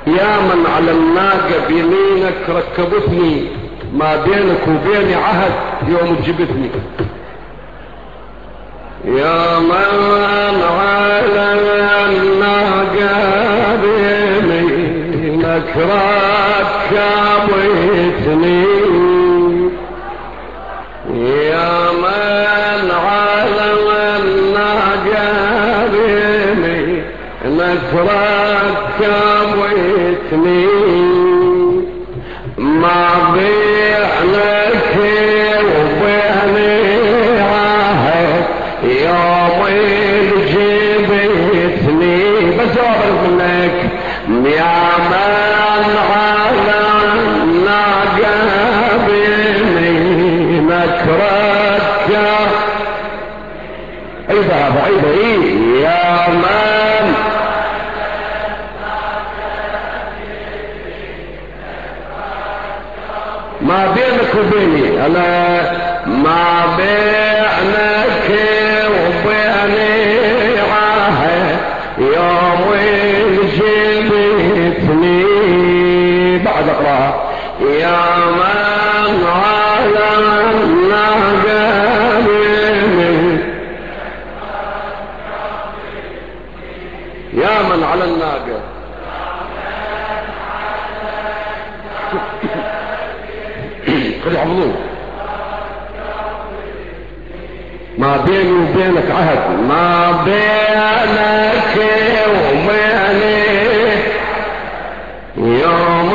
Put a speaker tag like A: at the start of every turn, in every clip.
A: يا من على الناقة بيمينك ركبتني، ما بينك وبيني عهد يوم جبتني. يا من على الناقة بيمينك ركبتني، يا من على الناقة بيمينك ركبتني، ما بينك وبيني عهد يوم جبتني. بس جواب منك يا من على الناقة بيمينك ركب. عيدها بعيدة. يا من ما بينك وبيني، أنا ما بينك وبيني عهد يوم جبتني. بعد اقراها. يا من على الناقة يا من على الناقة خلي حفظوه. ما بيني وبينك عهد، ما بينك وبيني يوم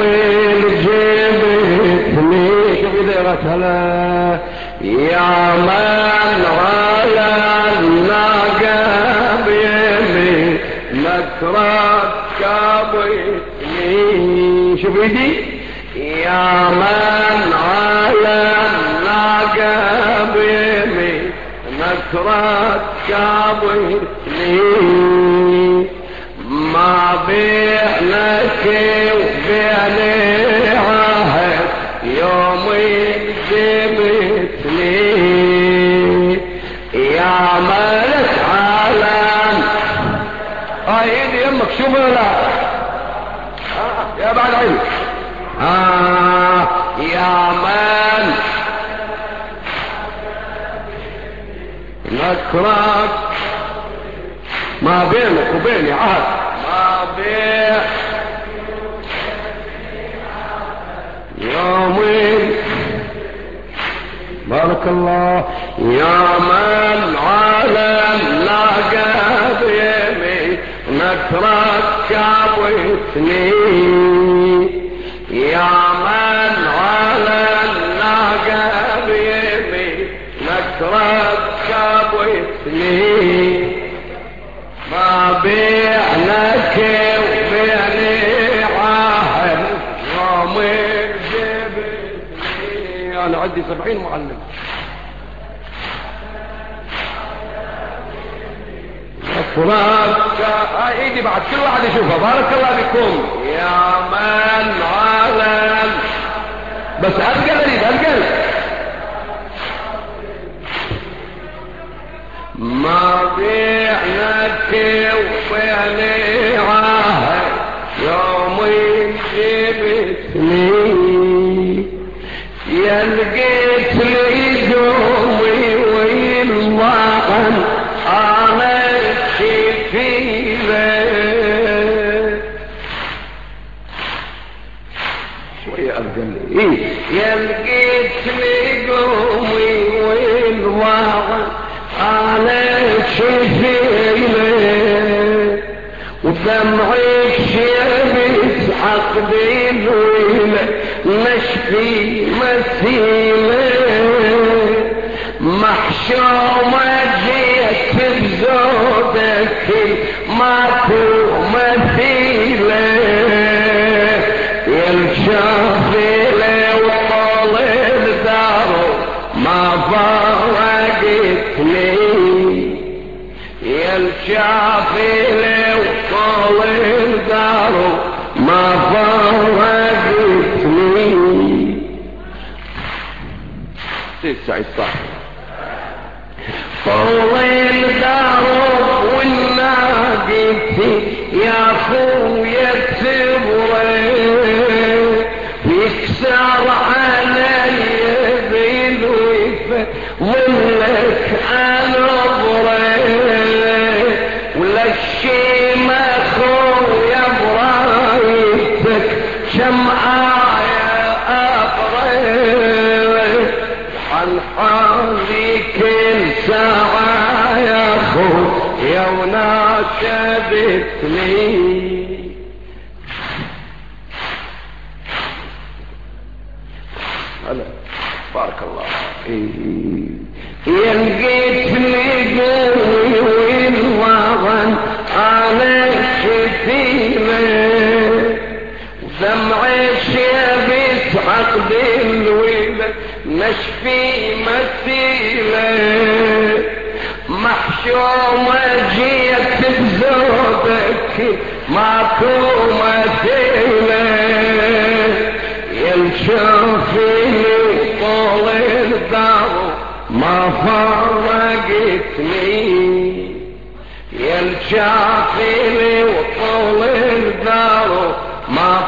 A: جبتني. شوف إذا هلا. يا من على الناقة بيمينك ركبتني. شوف ايدي. يا من على الناقة بيمينك ركبتني، ما بينك وبيني عهد يوم جبتني. يا ملك عالم. ايدي يمك شوف ولا يا بعد عيني. يا من نكرك ما بينك وبيني عهد، ما بين يومين. بارك الله. يا من على الناقة بيمينك ركبتني، يا من على الناقة بيمينك ركبتني، ما بينك وبيني عهد يوم جبتني. انا عندي 70 معلم. ايدي بعد كل واحد يشوفها. بارك الله بكم. يا من على بس ألقى ما بينك وبيني عهد يوم جبتني، يا لقيت لي دومي والله انا شفيله. شوية أرجل. يا لقيت لي دومي والله انا شفيله، ودمعك شبت عقدي الويله مشفي مثيله، محشومة جيت بزودك ماكو مثيله، يا الشافيله وطول الدار ما فارقتني، يا الشافيله وطول الدار ما فارقتني. سعيد صاحب طول الدار والناقتي يا خويا تبرى شابتني. هلا بارك الله. يلقيتني قوي والوغن على شتيمة ودمعي شابت عقد الولد نشفي مثيلة محشومة جيت بزودك ماكو مثيلة ينشوفيني طول الدار ما فرقتني ينشوفيني وطول الدار ما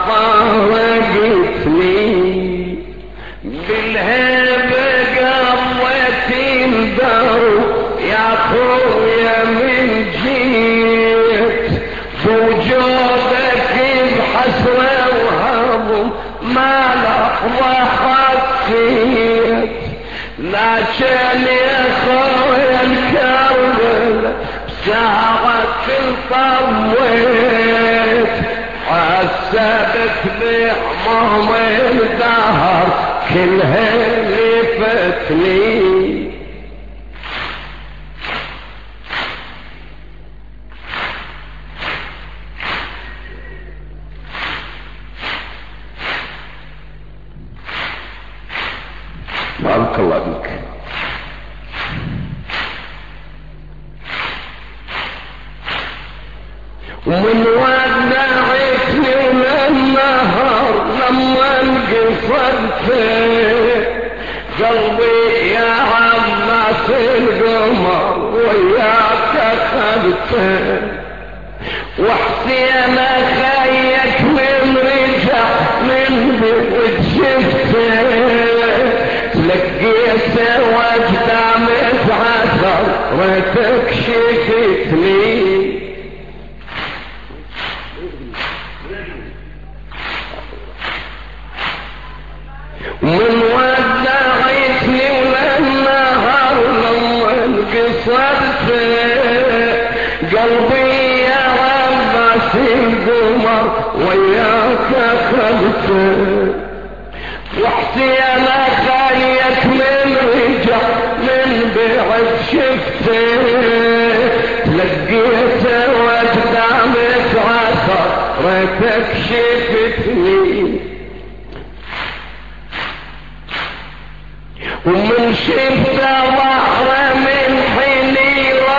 A: فرقتني بالهيبة قوتي الدار يا خويا من جيت بوجودك بحسرة وهضم ما لحظة حسيت لكن يا خويا الكربل بساعة طويت حسبت بحمام الدهر كلها لفتني. بارك الله بك. ومن ودعتني للنهر لما انقصرت قلبي يا عباس القمر وياك اخذته وحسين خيك من رجع من بعد شفته تلقيته وجده متعثر ريتك شفتني. من ودعتني وللنهر لما انقصرت قلبي يا عباس القمر وياك اخذته وحسين خايك من رجع من بعد شفته تلقيته وجده متعثر ريتك شفتني. ومن شفت ظهره من حيني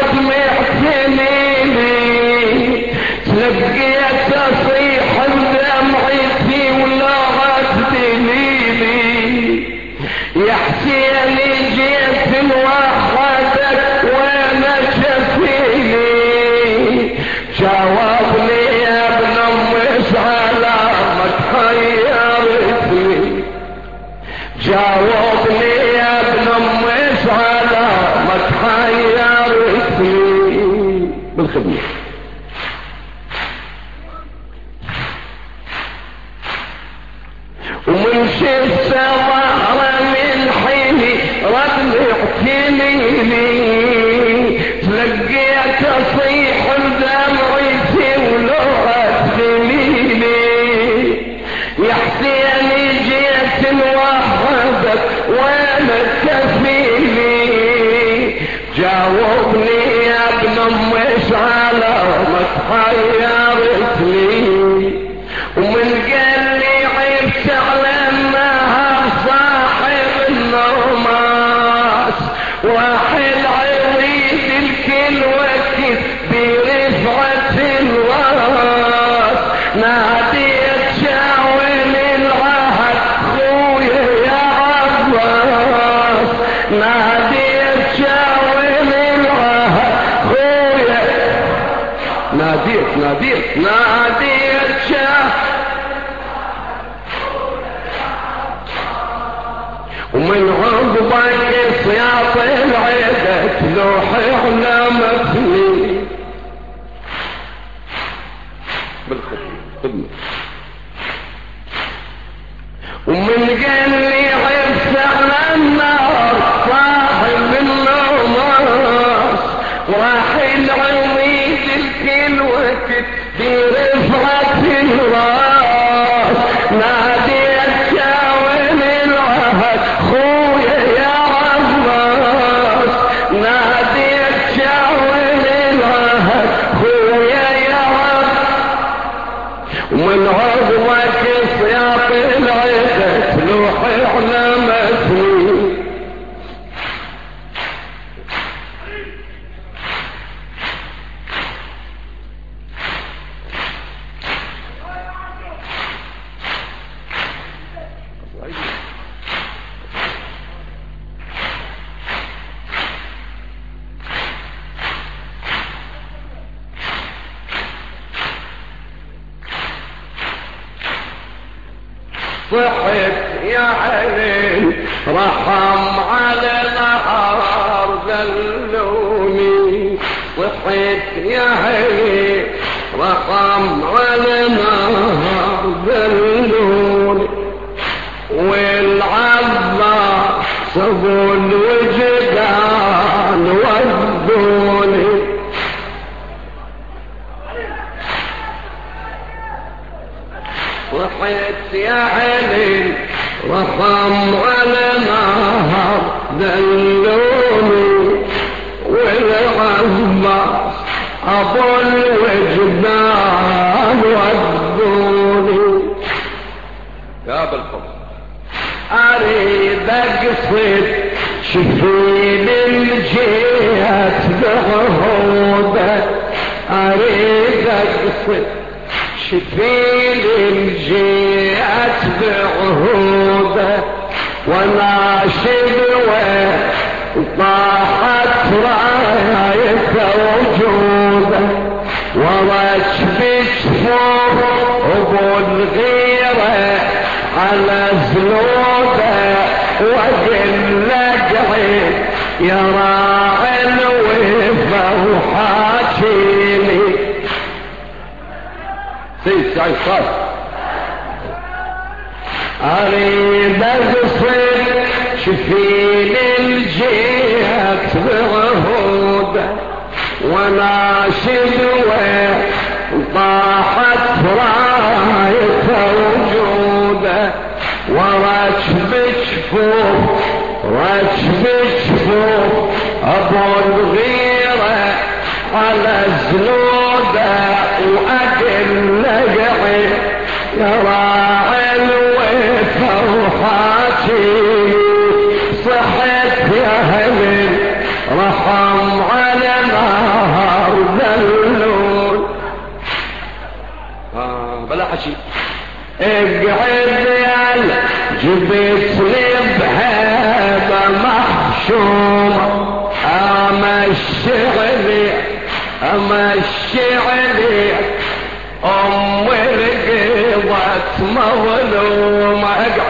A: ودمعتني تلقيت اصيح بدمعتي ولغت دليلي يا حسين جيت لوحدك وانا شفيني جاوبني يا ابن امس على ما تحيرتني جاوبني على ما تحيرتني بالخدمة. ومن شفت ظهره من حيني رجعتني تلقيت اصيح بدمعتي ولغت دليلي يا حسين جيت لوحدك وانا كفيلي جاوبني يا ابن امش على ما تحيرتني. ومن قال لي عبت على النهر صاحب النوماس واحد عريد الكل وقت برفعة الراس ناديت شاول العهد خويا يا عباس ناديت شاول العهد خويا ناديت شاول ومن عقبك سياط العيدة لوحي علامتني بالخدمة. ومن قال لي عبت على النار صاحب النوماس وراح العويد صحت يا عيني رحم على نهار ذلوني صحت يا عيني رحم على نهار ذلوني والعباس ابو الوجدان ودوني صحت يا عيني رحم على نهر دلوني والعباس ابو الوجدان ودوني يا بالفضل اريد اقصد شفين الجهات بعهوده اريد اقصد شفين الجهات بعهوده وناشد وطاحت رايته وجوده وركب جفوف ابو الغيره على زلوده وقل لقعي يا راعي الوفا وحاكيني سيد سعيد صالح اريد اقصد شفين الجهات بعهوده وناشد وطاحت رايته وجوده وركب جفوف ابو الغيره على زلوده واقل لقعي يا راعي الوفا وحاكي صحت يا هلل رحم على نهار ذلول بلا حشي اقعد يا جبت لي بهذا محشومة امشي عليك ام رقبت مظلومة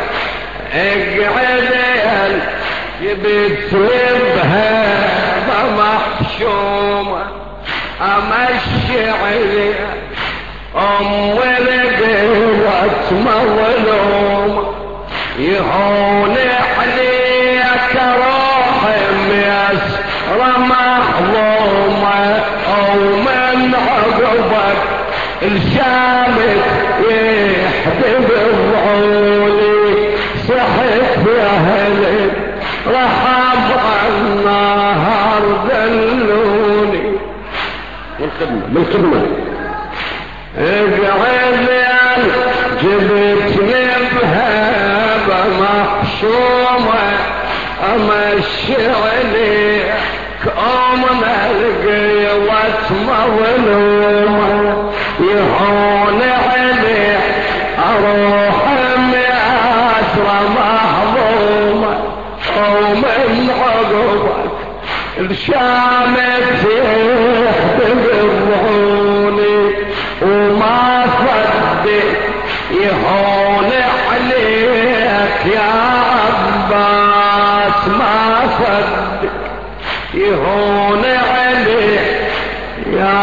A: اقعد يا جبت لي بهذا محشومة امشي عليك ام رقبت مظلومة يهون عليك روح ميسر محظومة او من عقبك الشامت يحبب الرعولي صحت يا هلل رحم النهار دلوني بالخدمة اقعد يا جبت لي بهابة محشومة امشي عليك ام القيوة مظلومة يهون عليك اروح مياسرة محظومة او من عقبك الشامت يحبب الرعوني وما صدق يهون عليك يا عباس ما صدق يهون عليك يا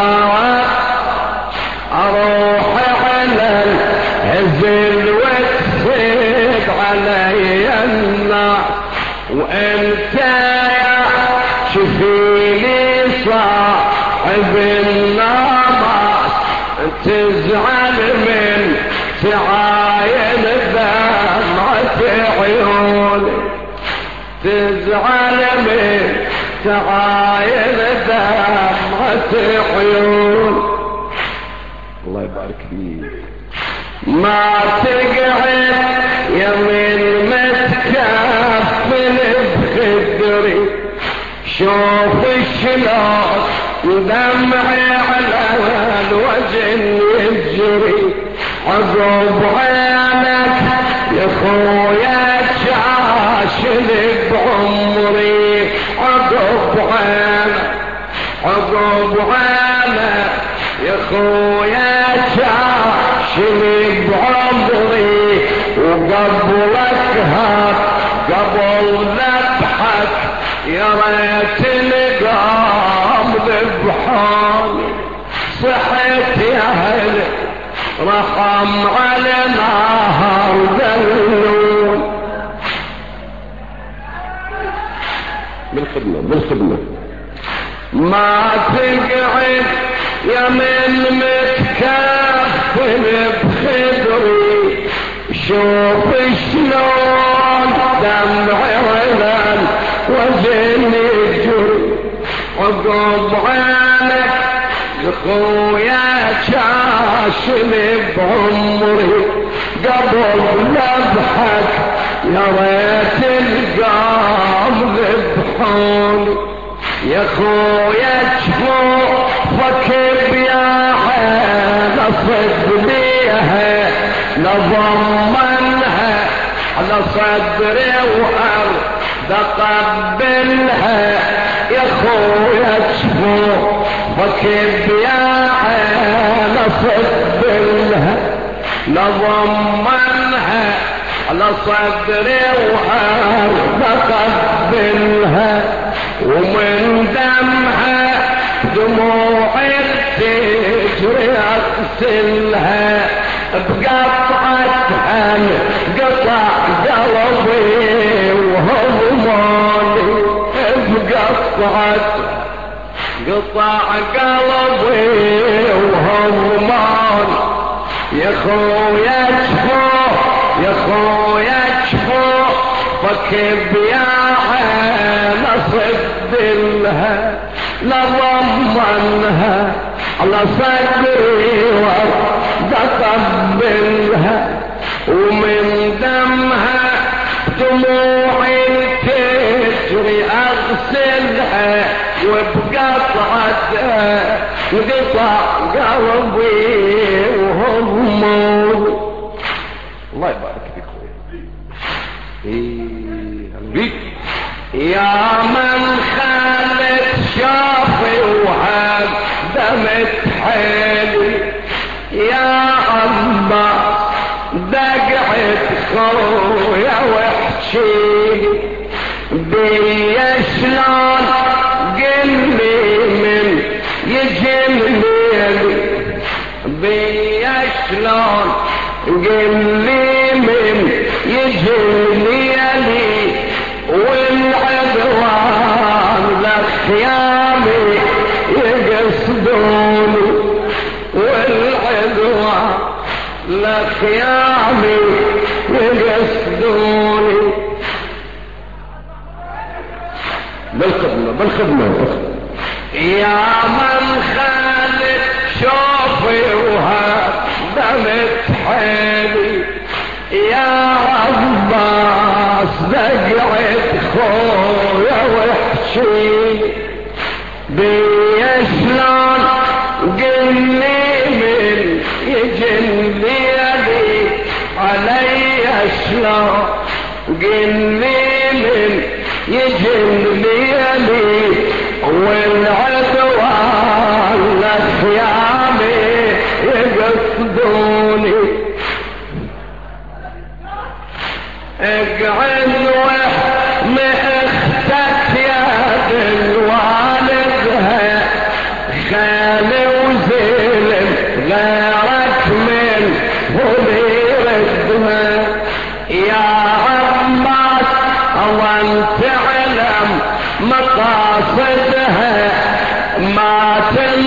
A: اروح على الهزل وتسيد علي النار وانت يا شفيلي صاحب النماس تزعل من تعاين دمعة عيوني تزعل من تعاين دمعة عيوني الله يبارك فيك ما تقعد يمين متكفل بخدري شوف شلون دمعي على الوجه يجري عقب عينك يا خويا شاشل بعمري عقب عينك يا خويا شاشل بعمري وقبلك هات قبل ذبحك يا ريت نقام ذبحاني صحيت يا اهل رحم على نهار ذلون. بالخدمة ما تقعد يا من متكفل بخدري شوف شلون دمعي ولن وزني جري عقب عينك خويا شاشم بعمري قبل ذبحك يا ريت القام ذبحوني يا خويا شوفك بيا عين صد بيها نضمنها على صدري وارض اقبلها يا خويا شوفك بيا عين صد بيها نضمنها على صدري وارض اقبلها ومن دمها دموعي تجري اغسلها بقطعتها قطع قلبي وهضماني قطع قلبي وهضماني يا خويا شفوف يا خويا شفوف فكب يا عين صدلها لضمنها على صدري وتقبلها ومن دمها دموعي تجري اغسلها وبقطعتها قطع قلبي وهمومي. الله يبارك فيك خويا. يا من خالد شافي وهاب دمت حيلي يا الله دقعت خويا واحكيلي بيا شلون قلي من يجي الليل بيا شلون قلي من يجي الليل والعدوان لخيامي يقصدوني والعدوان لخيامي يقصدوني. بالخدمة يا من خالد شوفي وهاب دمت حيلي يا عباس دقعت خويا واحكي بيا شلون قلي من يجي الليالي علي شلون قلي من يجي الليالي والعدوان لخيامي يقصدوني اقعد اختك يا بالوالدها خالي وزلم غيرك من هو يردها يا عمات وانت علم مقاصدها ما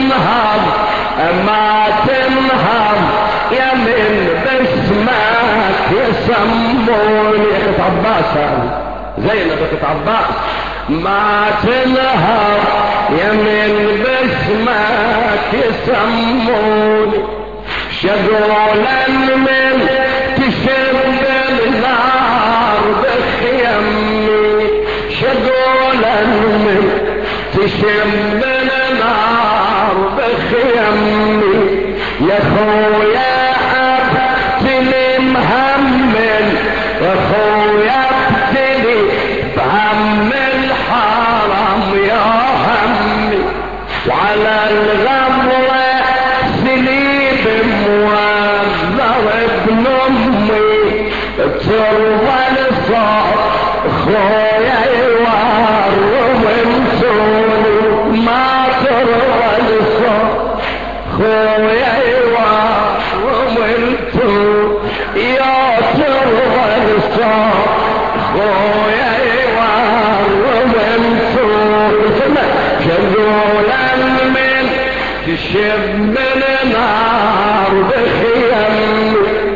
A: تنهض يا من باسمك يسموني اخت عباس زينب اخت عباس ما تنهض يا من باسمك يسموني شغولا من تشب النار بخيمي شغولا من تشب النار بخيمي يا خويا ابتلي مهمل يا خويا ابتلي بهم الحرم يا همي وعلى الغمرة سليب موذر ابن امي ترضى لصار خويا يوارم انتوني ما ترضى لصار خويا يوارم انتوني يا ترضى لصار خويا يوارم انتوني شذولا من تشب من نار بخيم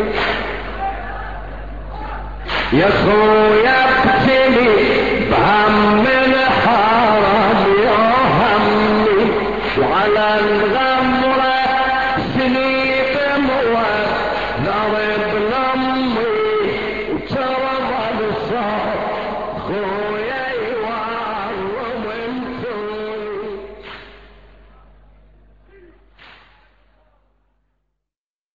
A: يا خويا ابتلي بهم من حرام يا همي وعلى الغمرة سنيت موت ضرب لامي وترضى لصار خويا